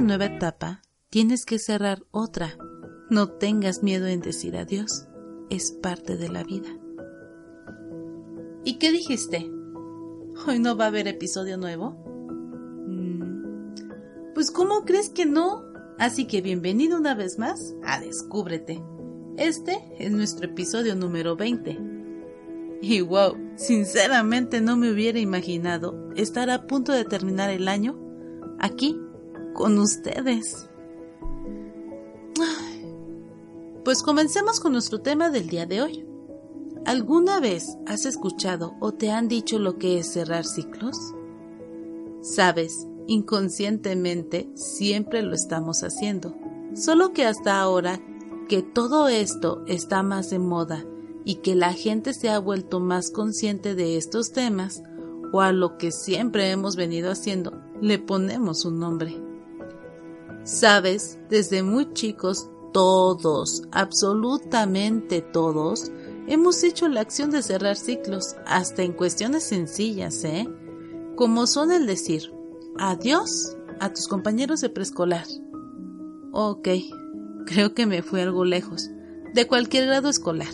nueva etapa, tienes que cerrar otra. No tengas miedo en decir adiós. Es parte de la vida. ¿Y qué dijiste? ¿Hoy no va a haber episodio nuevo? Pues ¿cómo crees que no? Así que bienvenido una vez más a Descúbrete. Este es nuestro episodio número 20. Y wow, sinceramente no me hubiera imaginado estar a punto de terminar el año aquí con ustedes. Pues comencemos con nuestro tema del día de hoy. ¿Alguna vez has escuchado o te han dicho lo que es cerrar ciclos? Sabes, inconscientemente siempre lo estamos haciendo, solo que hasta ahora que todo esto está más de moda y que la gente se ha vuelto más consciente de estos temas, o a lo que siempre hemos venido haciendo, le ponemos un nombre. Sabes, desde muy chicos, todos, absolutamente todos, hemos hecho la acción de cerrar ciclos, hasta en cuestiones sencillas, como son el decir adiós a tus compañeros de preescolar. Ok, creo que me fui algo lejos, de cualquier grado escolar.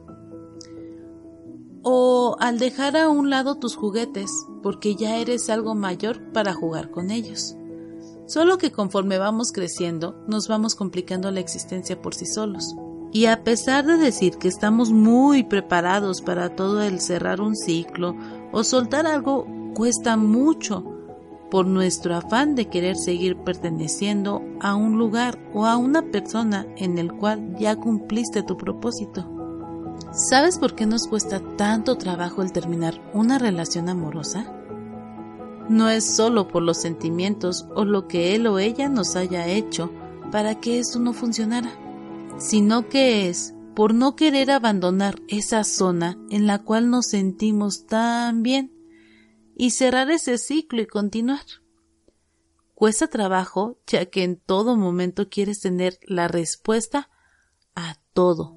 O al dejar a un lado tus juguetes, porque ya eres algo mayor para jugar con ellos. Solo que conforme vamos creciendo, nos vamos complicando la existencia por sí solos. Y a pesar de decir que estamos muy preparados para todo el cerrar un ciclo o soltar algo, cuesta mucho por nuestro afán de querer seguir perteneciendo a un lugar o a una persona en el cual ya cumpliste tu propósito. ¿Sabes por qué nos cuesta tanto trabajo el terminar una relación amorosa? No es solo por los sentimientos o lo que él o ella nos haya hecho para que esto no funcionara, sino que es por no querer abandonar esa zona en la cual nos sentimos tan bien y cerrar ese ciclo y continuar. Cuesta trabajo, ya que en todo momento quieres tener la respuesta a todo.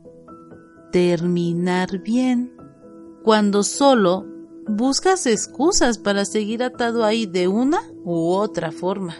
Terminar bien, cuando solo buscas excusas para seguir atado ahí de una u otra forma.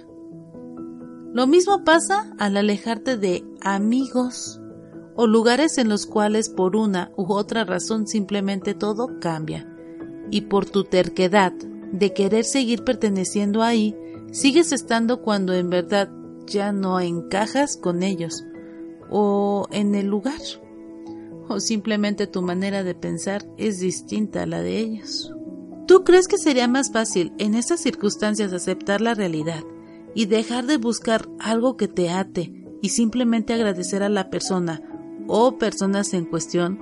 Lo mismo pasa al alejarte de amigos o lugares en los cuales por una u otra razón simplemente todo cambia y por tu terquedad de querer seguir perteneciendo ahí, sigues estando cuando en verdad ya no encajas con ellos o en el lugar, o simplemente tu manera de pensar es distinta a la de ellos. ¿Tú crees que sería más fácil en esas circunstancias aceptar la realidad y dejar de buscar algo que te ate y simplemente agradecer a la persona o personas en cuestión,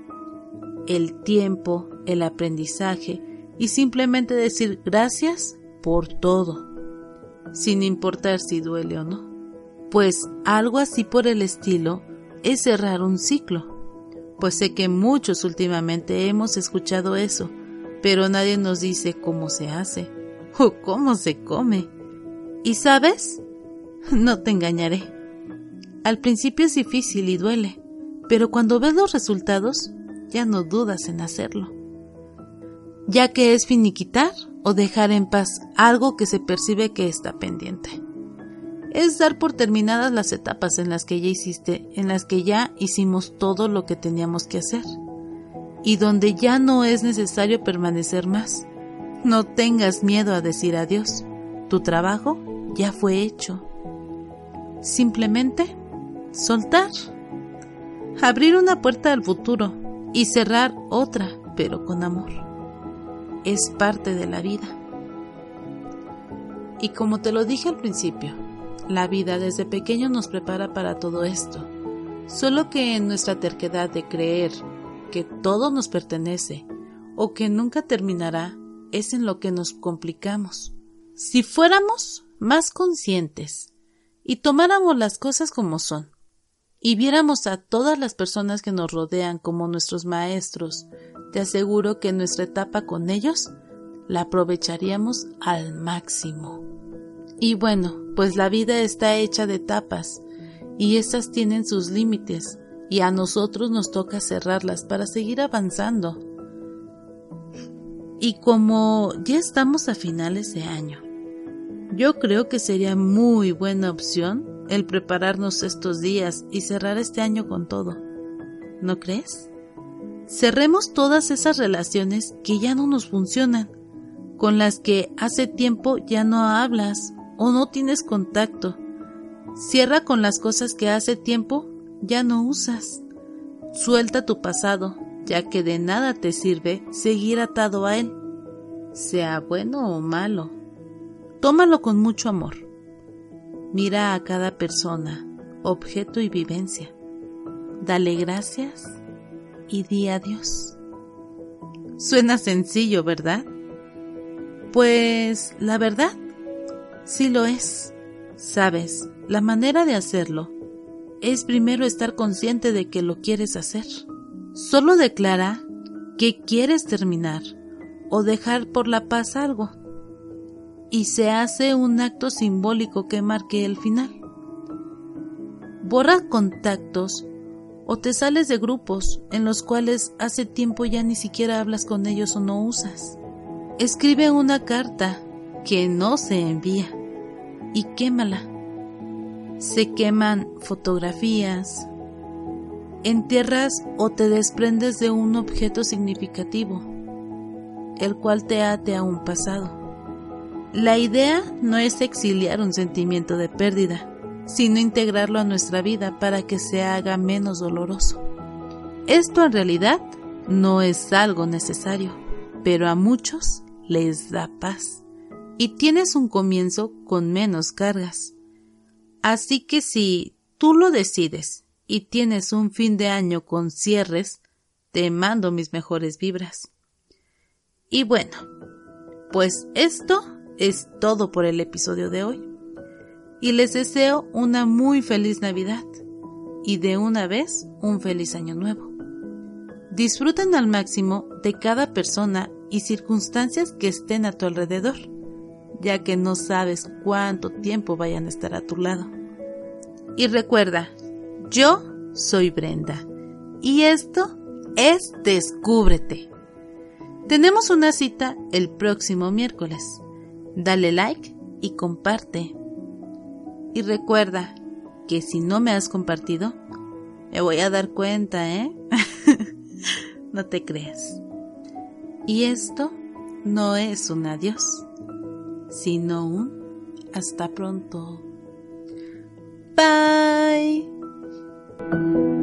el tiempo, el aprendizaje y simplemente decir gracias por todo, sin importar si duele o no? Pues algo así por el estilo es cerrar un ciclo. Pues sé que muchos últimamente hemos escuchado eso, pero nadie nos dice cómo se hace o cómo se come. ¿Y sabes? No te engañaré. Al principio es difícil y duele, pero cuando ves los resultados, ya no dudas en hacerlo. Ya que es finiquitar o dejar en paz algo que se percibe que está pendiente. Es dar por terminadas las etapas en las que ya hiciste, en las que ya hicimos todo lo que teníamos que hacer y donde ya no es necesario permanecer más. No tengas miedo a decir adiós. Tu trabajo ya fue hecho. Simplemente soltar, abrir una puerta al futuro y cerrar otra, pero con amor. Es parte de la vida. Y como te lo dije al principio, la vida desde pequeño nos prepara para todo esto, solo que en nuestra terquedad de creer que todo nos pertenece o que nunca terminará es en lo que nos complicamos. Si fuéramos más conscientes y tomáramos las cosas como son y viéramos a todas las personas que nos rodean como nuestros maestros, te aseguro que nuestra etapa con ellos la aprovecharíamos al máximo. Y bueno, pues la vida está hecha de etapas y estas tienen sus límites y a nosotros nos toca cerrarlas para seguir avanzando. Y como ya estamos a finales de año, Yo creo que sería muy buena opción el prepararnos estos días y cerrar este año con todo. ¿No crees? Cerremos todas esas relaciones que ya no nos funcionan, con las que hace tiempo ya no hablas o no tienes contacto. Cierra con las cosas que hace tiempo ya no usas. Suelta tu pasado, ya que de nada te sirve seguir atado a él, sea bueno o malo. Tómalo con mucho amor. Mira a cada persona, objeto y vivencia. Dale gracias y di adiós. Suena sencillo, ¿verdad? Pues la verdad, sí lo es. Sabes, la manera de hacerlo es primero estar consciente de que lo quieres hacer. Solo declara que quieres terminar o dejar por la paz algo, y se hace un acto simbólico que marque el final. Borra contactos o te sales de grupos en los cuales hace tiempo ya ni siquiera hablas con ellos o no usas. Escribe una carta que no se envía y quémala. Se queman fotografías, entierras o te desprendes de un objeto significativo, el cual te ate a un pasado. La idea no es exiliar un sentimiento de pérdida, sino integrarlo a nuestra vida para que se haga menos doloroso. Esto en realidad no es algo necesario, pero a muchos les da paz y tienes un comienzo con menos cargas. Así que si tú lo decides y tienes un fin de año con cierres, te mando mis mejores vibras. Y bueno, pues esto es todo por el episodio de hoy. Y les deseo una muy feliz Navidad y de una vez un feliz año nuevo. Disfruten al máximo de cada persona y circunstancias que estén a tu alrededor, ya que no sabes cuánto tiempo vayan a estar a tu lado. Y recuerda, yo soy Brenda y esto es Descúbrete. Tenemos una cita el próximo miércoles. Dale like y comparte. Y recuerda que si no me has compartido, me voy a dar cuenta, ¿eh? No te creas. Y esto no es un adiós, sino un hasta pronto. Bye.